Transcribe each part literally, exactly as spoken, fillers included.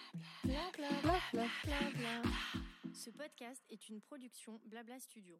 Bla bla bla bla bla bla. Ce podcast est une production Blabla Studio.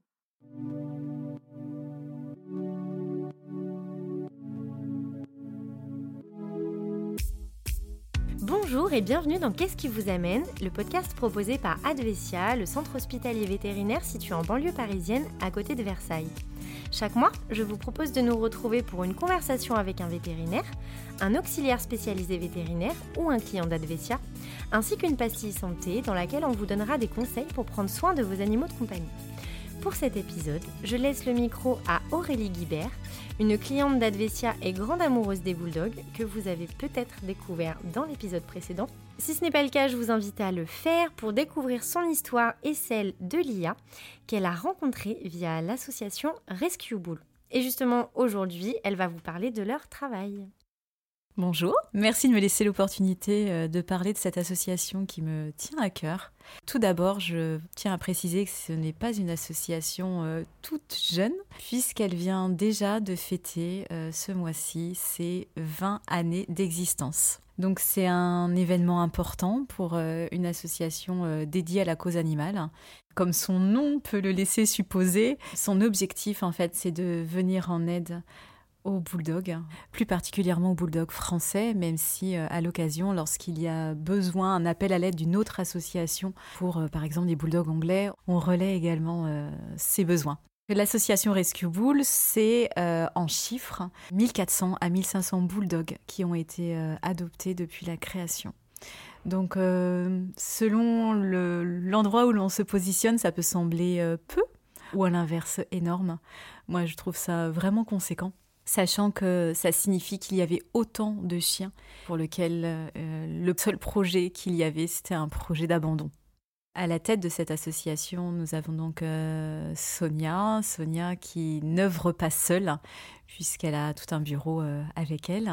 Bonjour et bienvenue dans Qu'est-ce qui vous amène, le podcast proposé par Advesia, le centre hospitalier vétérinaire situé en banlieue parisienne à côté de Versailles. Chaque mois, je vous propose de nous retrouver pour une conversation avec un vétérinaire, un auxiliaire spécialisé vétérinaire ou un client d'Advesia, ainsi qu'une pastille santé dans laquelle on vous donnera des conseils pour prendre soin de vos animaux de compagnie. Pour cet épisode, je laisse le micro à Aurélie Guibert, une cliente d'Advesia et grande amoureuse des bulldogs que vous avez peut-être découvert dans l'épisode précédent. Si ce n'est pas le cas, je vous invite à le faire pour découvrir son histoire et celle de Lia qu'elle a rencontrée via l'association Rescue Bull. Et justement, aujourd'hui, elle va vous parler de leur travail. Bonjour, merci de me laisser l'opportunité de parler de cette association qui me tient à cœur. Tout d'abord, je tiens à préciser que ce n'est pas une association euh, toute jeune, puisqu'elle vient déjà de fêter euh, ce mois-ci ses vingt années d'existence. Donc c'est un événement important pour euh, une association euh, dédiée à la cause animale. Comme son nom peut le laisser supposer, son objectif en fait c'est de venir en aide aux bulldogs, plus particulièrement aux bulldogs français, même si euh, à l'occasion, lorsqu'il y a besoin, un appel à l'aide d'une autre association pour, euh, par exemple, des bulldogs anglais, on relaie également euh, ces besoins. L'association Rescue Bull, c'est euh, en chiffres mille quatre cents à mille cinq cents bulldogs qui ont été euh, adoptés depuis la création. Donc, euh, selon le, l'endroit où l'on se positionne, ça peut sembler euh, peu, ou à l'inverse énorme. Moi, je trouve ça vraiment conséquent, sachant que ça signifie qu'il y avait autant de chiens pour lesquels euh, le seul projet qu'il y avait, c'était un projet d'abandon. À la tête de cette association, nous avons donc euh, Sonia, Sonia qui n'œuvre pas seule, puisqu'elle a tout un bureau euh, avec elle.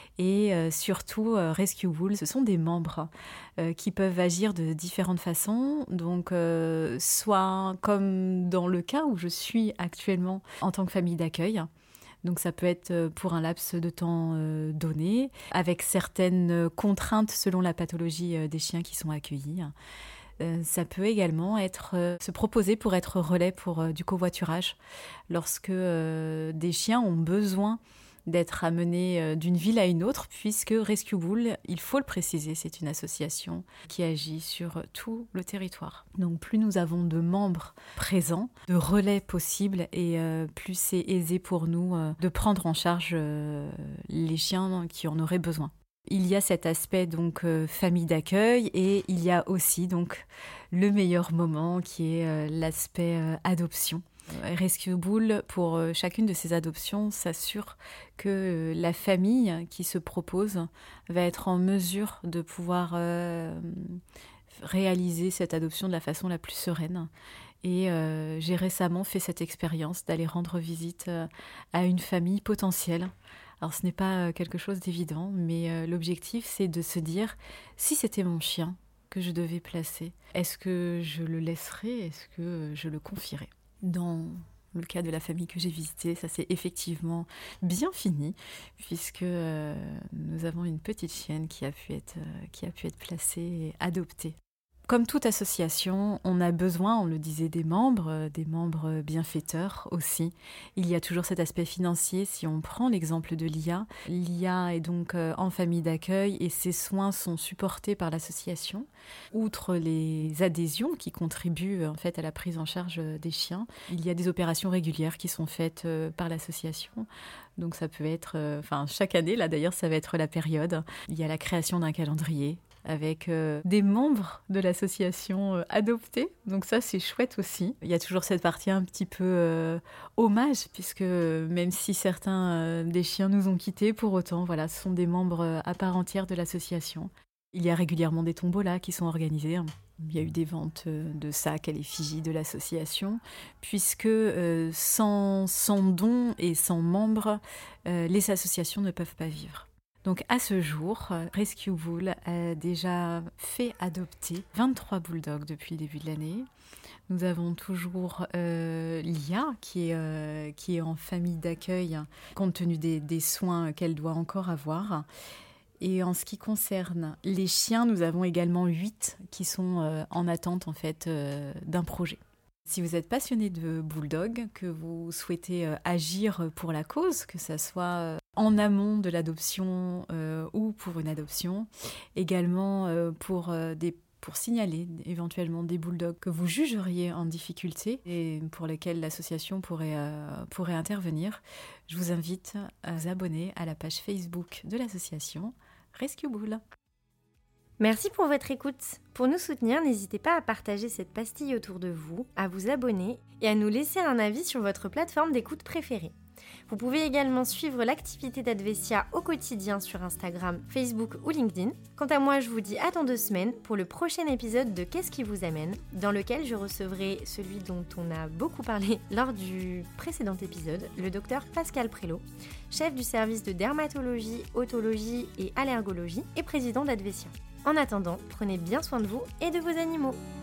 Et euh, surtout, euh, Rescue Bull, ce sont des membres euh, qui peuvent agir de différentes façons. Donc, euh, soit comme dans le cas où je suis actuellement en tant que famille d'accueil. Donc ça peut être pour un laps de temps euh, donné, avec certaines contraintes selon la pathologie euh, des chiens qui sont accueillis. Euh, ça peut également être euh, se proposer pour être relais pour euh, du covoiturage, lorsque euh, des chiens ont besoin d'être amenés euh, d'une ville à une autre, puisque Rescue Bull, il faut le préciser, c'est une association qui agit sur tout le territoire. Donc plus nous avons de membres présents, de relais possibles, et euh, plus c'est aisé pour nous euh, de prendre en charge euh, les chiens qui en auraient besoin. Il y a cet aspect donc euh, famille d'accueil, et il y a aussi donc le meilleur moment qui est euh, l'aspect euh, adoption. Rescue Bull, pour euh, chacune de ces adoptions, s'assure que euh, la famille qui se propose va être en mesure de pouvoir euh, réaliser cette adoption de la façon la plus sereine. Et euh, j'ai récemment fait cette expérience d'aller rendre visite euh, à une famille potentielle. Alors ce n'est pas quelque chose d'évident, mais euh, l'objectif c'est de se dire, si c'était mon chien que je devais placer, est-ce que je le laisserais, est-ce que je le confierais ? Dans le cas de la famille que j'ai visitée, ça s'est effectivement bien fini, puisque euh, nous avons une petite chienne qui a pu être, euh, qui a pu être placée et adoptée. Comme toute association, on a besoin, on le disait, des membres, des membres bienfaiteurs aussi. Il y a toujours cet aspect financier. Si on prend l'exemple de Lia, Lia est donc en famille d'accueil et ses soins sont supportés par l'association. Outre les adhésions qui contribuent en fait à la prise en charge des chiens, il y a des opérations régulières qui sont faites par l'association. Donc ça peut être, enfin chaque année, là d'ailleurs ça va être la période. Il y a la création d'un calendrier avec euh, des membres de l'association euh, adoptés. Donc ça, c'est chouette aussi. Il y a toujours cette partie un petit peu euh, hommage, puisque euh, même si certains euh, des chiens nous ont quittés, pour autant, voilà, ce sont des membres euh, à part entière de l'association. Il y a régulièrement des tombolas qui sont organisés. Il y a eu des ventes de sacs à l'effigie de l'association, puisque euh, sans, sans dons et sans membres, euh, les associations ne peuvent pas vivre. Donc à ce jour, Rescue Bull a déjà fait adopter vingt-trois bulldogs depuis le début de l'année. Nous avons toujours euh, Lia qui est, euh, qui est en famille d'accueil compte tenu des, des soins qu'elle doit encore avoir. Et en ce qui concerne les chiens, nous avons également huit qui sont euh, en attente en fait euh, d'un projet. Si vous êtes passionné de bulldog, que vous souhaitez euh, agir pour la cause, que ce soit euh, en amont de l'adoption euh, ou pour une adoption, également euh, pour, euh, des, pour signaler éventuellement des bulldogs que vous jugeriez en difficulté et pour lesquels l'association pourrait, euh, pourrait intervenir, je vous invite à vous abonner à la page Facebook de l'association Rescue Bull. Merci pour votre écoute. Pour nous soutenir, n'hésitez pas à partager cette pastille autour de vous, à vous abonner et à nous laisser un avis sur votre plateforme d'écoute préférée. Vous pouvez également suivre l'activité d'Advesia au quotidien sur Instagram, Facebook ou LinkedIn. Quant à moi, je vous dis à dans deux semaines pour le prochain épisode de Qu'est-ce qui vous amène, dans lequel je recevrai celui dont on a beaucoup parlé lors du précédent épisode, le docteur Pascal Prélot, chef du service de dermatologie, otologie et allergologie et président d'Advesia. En attendant, prenez bien soin de vous et de vos animaux.